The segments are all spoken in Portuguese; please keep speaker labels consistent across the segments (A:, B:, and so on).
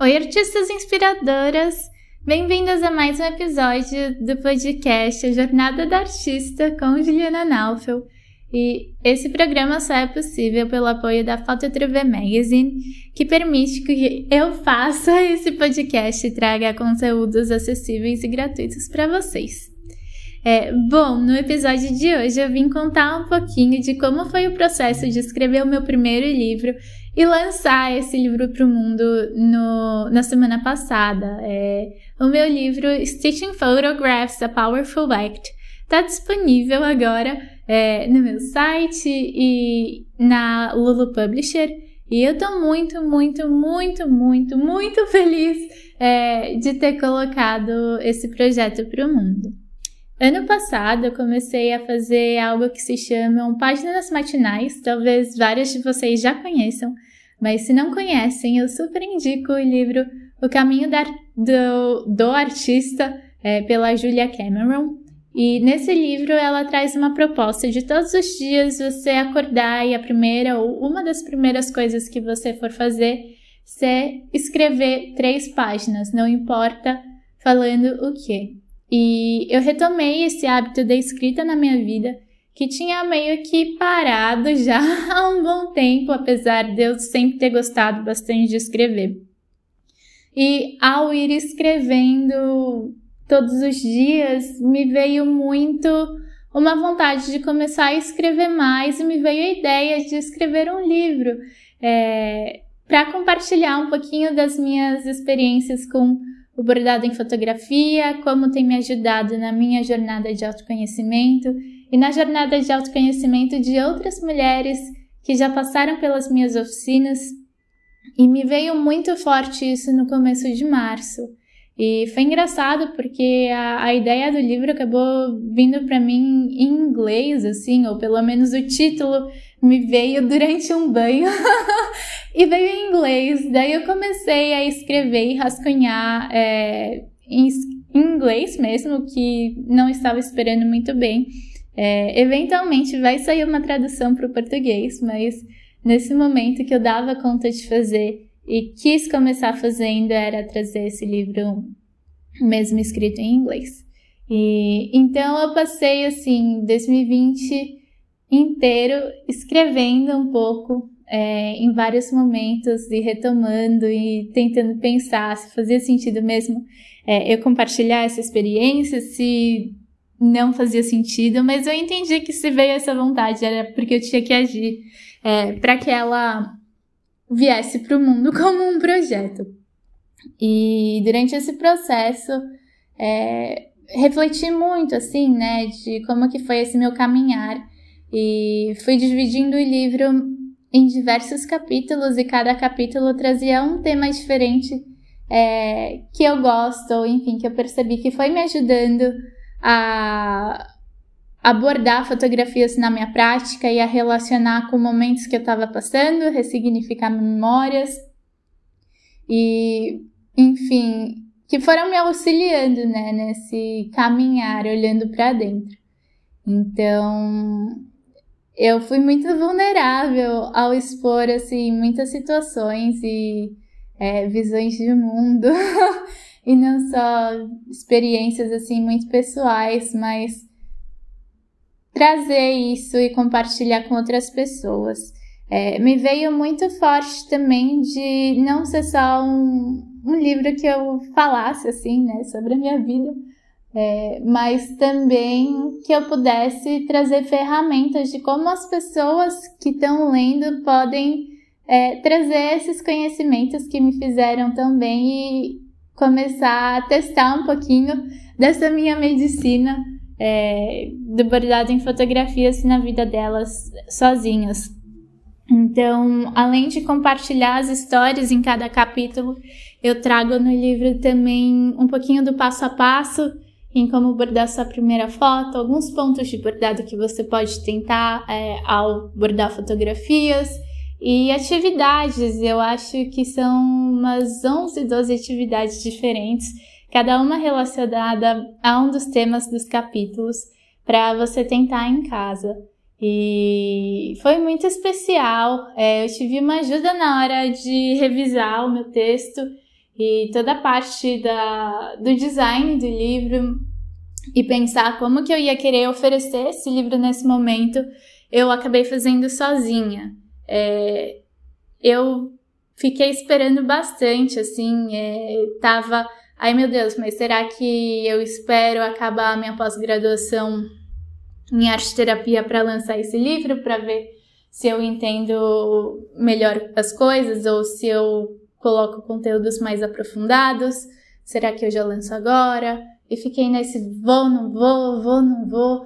A: Oi, artistas inspiradoras! Bem-vindas a mais um episódio do podcast A Jornada da Artista com Juliana Naufel. E esse programa só é possível pelo apoio da Phototruve Magazine, que permite que eu faça esse podcast e traga conteúdos acessíveis e gratuitos para vocês. Bom, no episódio de hoje eu vim contar um pouquinho de como foi o processo de escrever o meu primeiro livro e lançar esse livro para o mundo na semana passada. O meu livro Stitching Photographs, A Powerful Act está disponível agora no meu site e na Lulu Publisher. E eu estou muito feliz de ter colocado esse projeto para o mundo. Ano passado eu comecei a fazer algo que se chama Páginas Matinais, talvez vários de vocês já conheçam, mas se não conhecem, eu super indico o livro O Caminho do Artista, pela Julia Cameron. E nesse livro ela traz uma proposta de todos os dias você acordar e a primeira ou uma das primeiras coisas que você for fazer é escrever 3 páginas, não importa falando o quê. E eu retomei esse hábito da escrita na minha vida, que tinha meio que parado já há um bom tempo, apesar de eu sempre ter gostado bastante de escrever. E ao ir escrevendo todos os dias, me veio muito uma vontade de começar a escrever mais e me veio a ideia de escrever um livro para compartilhar um pouquinho das minhas experiências com o bordado em fotografia, como tem me ajudado na minha jornada de autoconhecimento e na jornada de autoconhecimento de outras mulheres que já passaram pelas minhas oficinas. E me veio muito forte isso no começo de março. E foi engraçado porque a ideia do livro acabou vindo para mim em inglês, assim, ou pelo menos o título me veio durante um banho e veio em inglês. Daí eu comecei a escrever e rascunhar em inglês mesmo, que não estava esperando muito bem. Eventualmente vai sair uma tradução para o português, mas nesse momento que eu dava conta de fazer e quis começar fazendo era trazer esse livro mesmo escrito em inglês. E então eu passei assim 2020 inteiro escrevendo um pouco em vários momentos e retomando e tentando pensar se fazia sentido mesmo eu compartilhar essa experiência, se não fazia sentido, mas eu entendi que se veio essa vontade era porque eu tinha que agir para que ela viesse para o mundo como um projeto. E durante esse processo refleti muito assim, né, de como que foi esse meu caminhar e fui dividindo o livro em diversos capítulos e cada capítulo trazia um tema diferente que eu gosto, ou enfim, que eu percebi que foi me ajudando a abordar fotografias na minha prática e a relacionar com momentos que eu estava passando, ressignificar memórias e, enfim, que foram me auxiliando, né, nesse caminhar, olhando para dentro. Então, eu fui muito vulnerável ao expor, assim, muitas situações e visões de mundo e não só experiências, assim, muito pessoais, mas trazer isso e compartilhar com outras pessoas. Me veio muito forte também de não ser só um livro que eu falasse assim, né, sobre a minha vida, mas também que eu pudesse trazer ferramentas de como as pessoas que estão lendo podem trazer esses conhecimentos que me fizeram tão bem e começar a testar um pouquinho dessa minha medicina do bordado em fotografias na vida delas sozinhas. Então, além de compartilhar as histórias em cada capítulo, eu trago no livro também um pouquinho do passo a passo em como bordar sua primeira foto, alguns pontos de bordado que você pode tentar ao bordar fotografias e atividades. Eu acho que são umas 11, 12 atividades diferentes, cada uma relacionada a um dos temas dos capítulos, para você tentar em casa. E foi muito especial. Eu tive uma ajuda na hora de revisar o meu texto e toda a parte do design do livro e pensar como que eu ia querer oferecer esse livro nesse momento, eu acabei fazendo sozinha. Eu fiquei esperando bastante, assim, tava... Ai, meu Deus, mas será que eu espero acabar a minha pós-graduação em arte-terapia para lançar esse livro, para ver se eu entendo melhor as coisas ou se eu coloco conteúdos mais aprofundados? Será que eu já lanço agora? E fiquei nesse vou, não vou.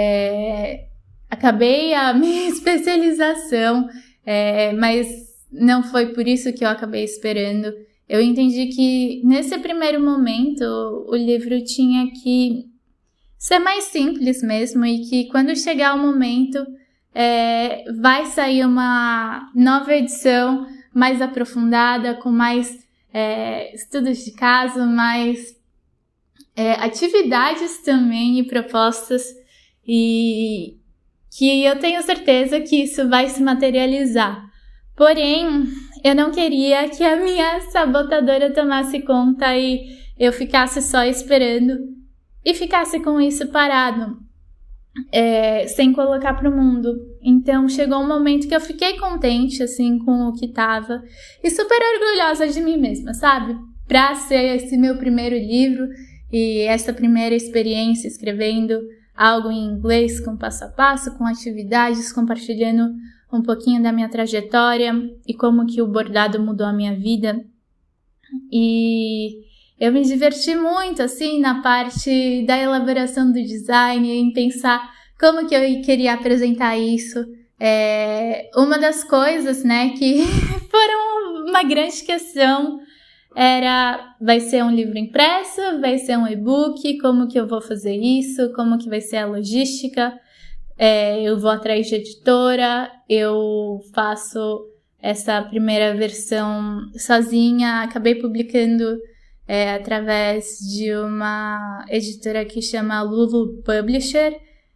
A: Acabei a minha especialização, mas não foi por isso que eu acabei esperando. Eu entendi que nesse primeiro momento o livro tinha que ser mais simples mesmo e que quando chegar o momento vai sair uma nova edição mais aprofundada, com mais estudos de caso, mais atividades também e propostas, e que eu tenho certeza que isso vai se materializar. Porém, eu não queria que a minha sabotadora tomasse conta e eu ficasse só esperando e ficasse com isso parado, sem colocar para o mundo. Então, chegou um momento que eu fiquei contente, assim, com o que tava e super orgulhosa de mim mesma, sabe? Pra ser esse meu primeiro livro e essa primeira experiência escrevendo algo em inglês, com passo a passo, com atividades, compartilhando um pouquinho da minha trajetória e como que o bordado mudou a minha vida. E eu me diverti muito, assim, na parte da elaboração do design, em pensar como que eu queria apresentar isso. Uma das coisas, né, que foram uma grande questão era: vai ser um livro impresso, vai ser um e-book, como que eu vou fazer isso, como que vai ser a logística, eu vou atrás de editora, eu faço essa primeira versão sozinha, acabei publicando através de uma editora que chama Lulu Publisher,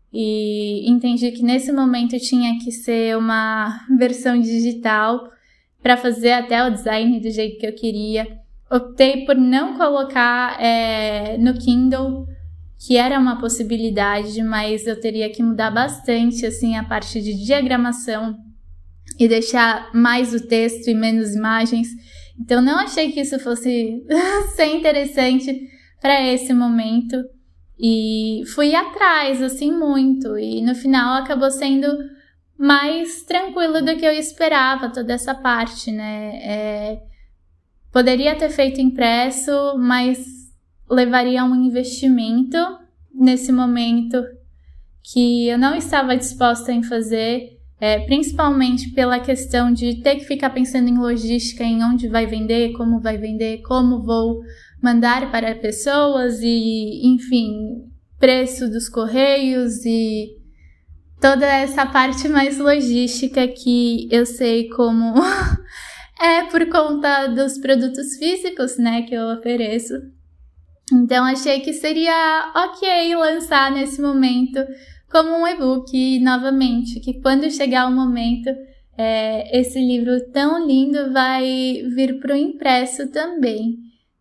A: e entendi que nesse momento tinha que ser uma versão digital para fazer até o design do jeito que eu queria. Optei por não colocar no Kindle, que era uma possibilidade, mas eu teria que mudar bastante, assim, a parte de diagramação e deixar mais o texto e menos imagens. Então, não achei que isso fosse ser interessante para esse momento e fui atrás, assim, muito. E no final acabou sendo mais tranquilo do que eu esperava, toda essa parte, né? Poderia ter feito impresso, mas levaria um investimento nesse momento que eu não estava disposta em fazer, principalmente pela questão de ter que ficar pensando em logística, em onde vai vender, como vou mandar para pessoas e, enfim, preço dos correios e toda essa parte mais logística que eu sei como por conta dos produtos físicos, né, que eu ofereço. Então, achei que seria ok lançar nesse momento como um e-book, e, novamente, que quando chegar o momento, esse livro tão lindo vai vir para o impresso também.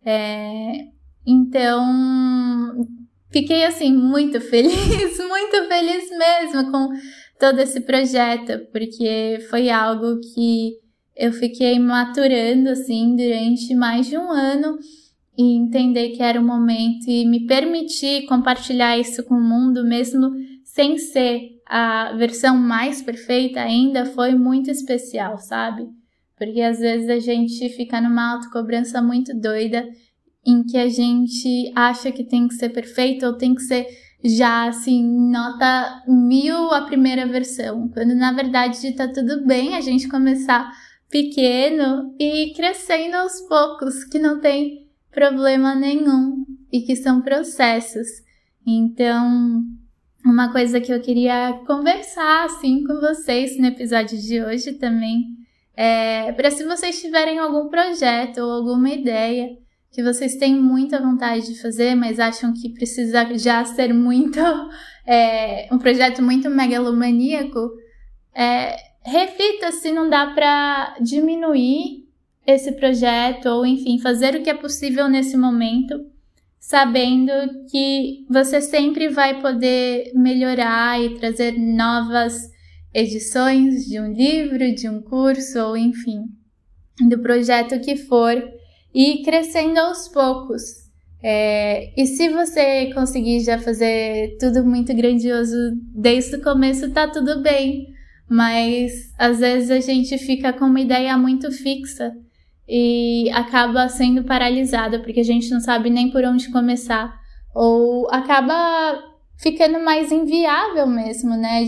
A: Então, fiquei, assim, muito feliz mesmo com todo esse projeto, porque foi algo que eu fiquei maturando, assim, durante mais de um ano, e entender que era o momento e me permitir compartilhar isso com o mundo, mesmo sem ser a versão mais perfeita ainda, foi muito especial, sabe? Porque às vezes a gente fica numa autocobrança muito doida, em que a gente acha que tem que ser perfeito ou tem que ser já, assim, nota 1000 a primeira versão, quando na verdade tá tudo bem a gente começar pequeno e crescendo aos poucos, que não tem problema nenhum e que são processos. Então, uma coisa que eu queria conversar, assim, com vocês no episódio de hoje também, para se vocês tiverem algum projeto ou alguma ideia que vocês têm muita vontade de fazer, mas acham que precisa já ser muito, um projeto muito megalomaníaco, reflita se não dá para diminuir esse projeto, ou enfim, fazer o que é possível nesse momento, sabendo que você sempre vai poder melhorar e trazer novas edições de um livro, de um curso, ou enfim, do projeto que for, e crescendo aos poucos. E se você conseguir já fazer tudo muito grandioso desde o começo, tá tudo bem, mas às vezes a gente fica com uma ideia muito fixa e acaba sendo paralisada porque a gente não sabe nem por onde começar, ou acaba ficando mais inviável mesmo, né,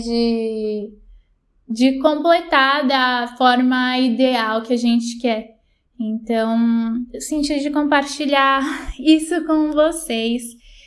A: de completar da forma ideal que a gente quer. Então, eu senti de compartilhar isso com vocês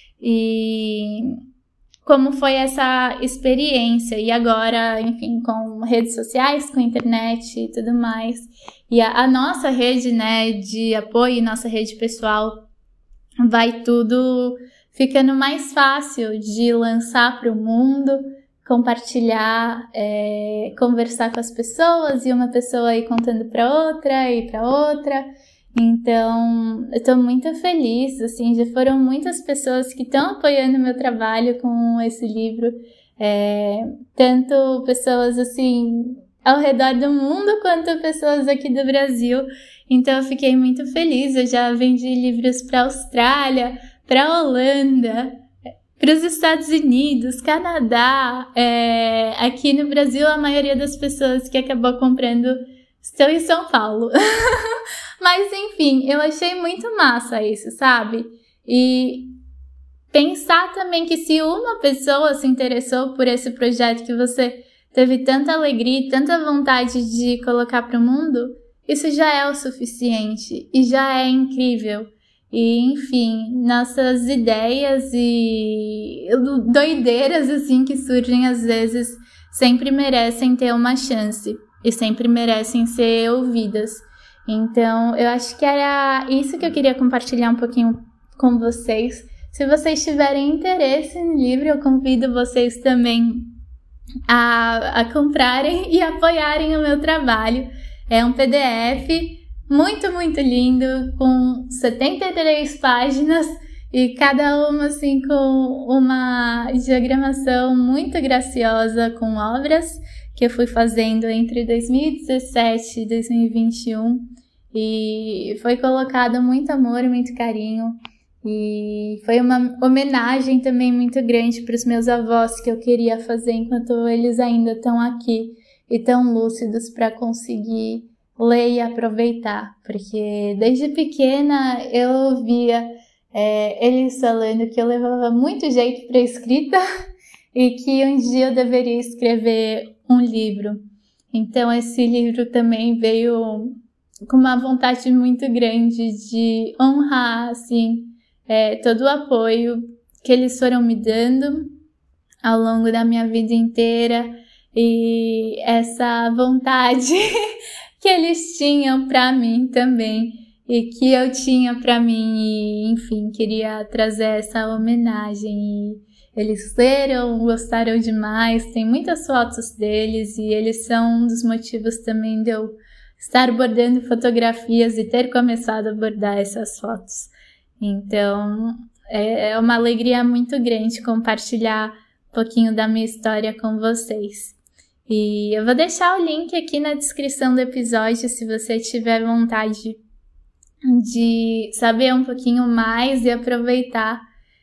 A: e como foi essa experiência. E agora, enfim, com redes sociais, com internet e tudo mais. E a nossa rede, né, de apoio, nossa rede pessoal, vai tudo ficando mais fácil de lançar para o mundo, compartilhar, conversar com as pessoas, e uma pessoa ir contando para outra e para outra. Então, eu tô muito feliz, assim, já foram muitas pessoas que estão apoiando o meu trabalho com esse livro, tanto pessoas, assim, ao redor do mundo, quanto pessoas aqui do Brasil. Então, eu fiquei muito feliz. Eu já vendi livros para a Austrália, para a Holanda, para os Estados Unidos, Canadá. Aqui no Brasil, a maioria das pessoas que acabou comprando estão em São Paulo. Mas, enfim, eu achei muito massa isso, sabe? E pensar também que se uma pessoa se interessou por esse projeto que você teve tanta alegria e tanta vontade de colocar para o mundo, isso já é o suficiente e já é incrível. E, enfim, nossas ideias e doideiras, assim, que surgem às vezes, sempre merecem ter uma chance e sempre merecem ser ouvidas. Então, eu acho que era isso que eu queria compartilhar um pouquinho com vocês. Se vocês tiverem interesse no livro, eu convido vocês também a comprarem e apoiarem o meu trabalho. É um PDF muito, muito lindo, com 73 páginas e cada uma assim com uma diagramação muito graciosa, com obras que eu fui fazendo entre 2017 e 2021, e foi colocado muito amor e muito carinho, e foi uma homenagem também muito grande para os meus avós, que eu queria fazer enquanto eles ainda estão aqui e tão lúcidos para conseguir ler e aproveitar, porque desde pequena eu ouvia eles falando que eu levava muito jeito para escrita e que um dia eu deveria escrever um livro. Então esse livro também veio com uma vontade muito grande de honrar, assim, todo o apoio que eles foram me dando ao longo da minha vida inteira, e essa vontade que eles tinham para mim também e que eu tinha para mim, e enfim, queria trazer essa homenagem. E eles leram, gostaram demais, tem muitas fotos deles e eles são um dos motivos também de eu estar bordando fotografias e ter começado a bordar essas fotos. Então, é uma alegria muito grande compartilhar um pouquinho da minha história com vocês. E eu vou deixar o link aqui na descrição do episódio, se você tiver vontade de saber um pouquinho mais e aproveitar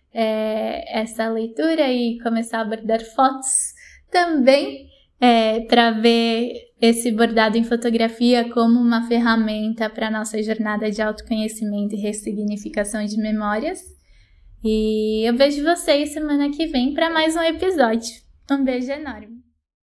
A: essa leitura e começar a bordar fotos também, para ver esse bordado em fotografia como uma ferramenta para a nossa jornada de autoconhecimento e ressignificação de memórias. E eu vejo vocês semana que vem para mais um episódio. Um beijo enorme!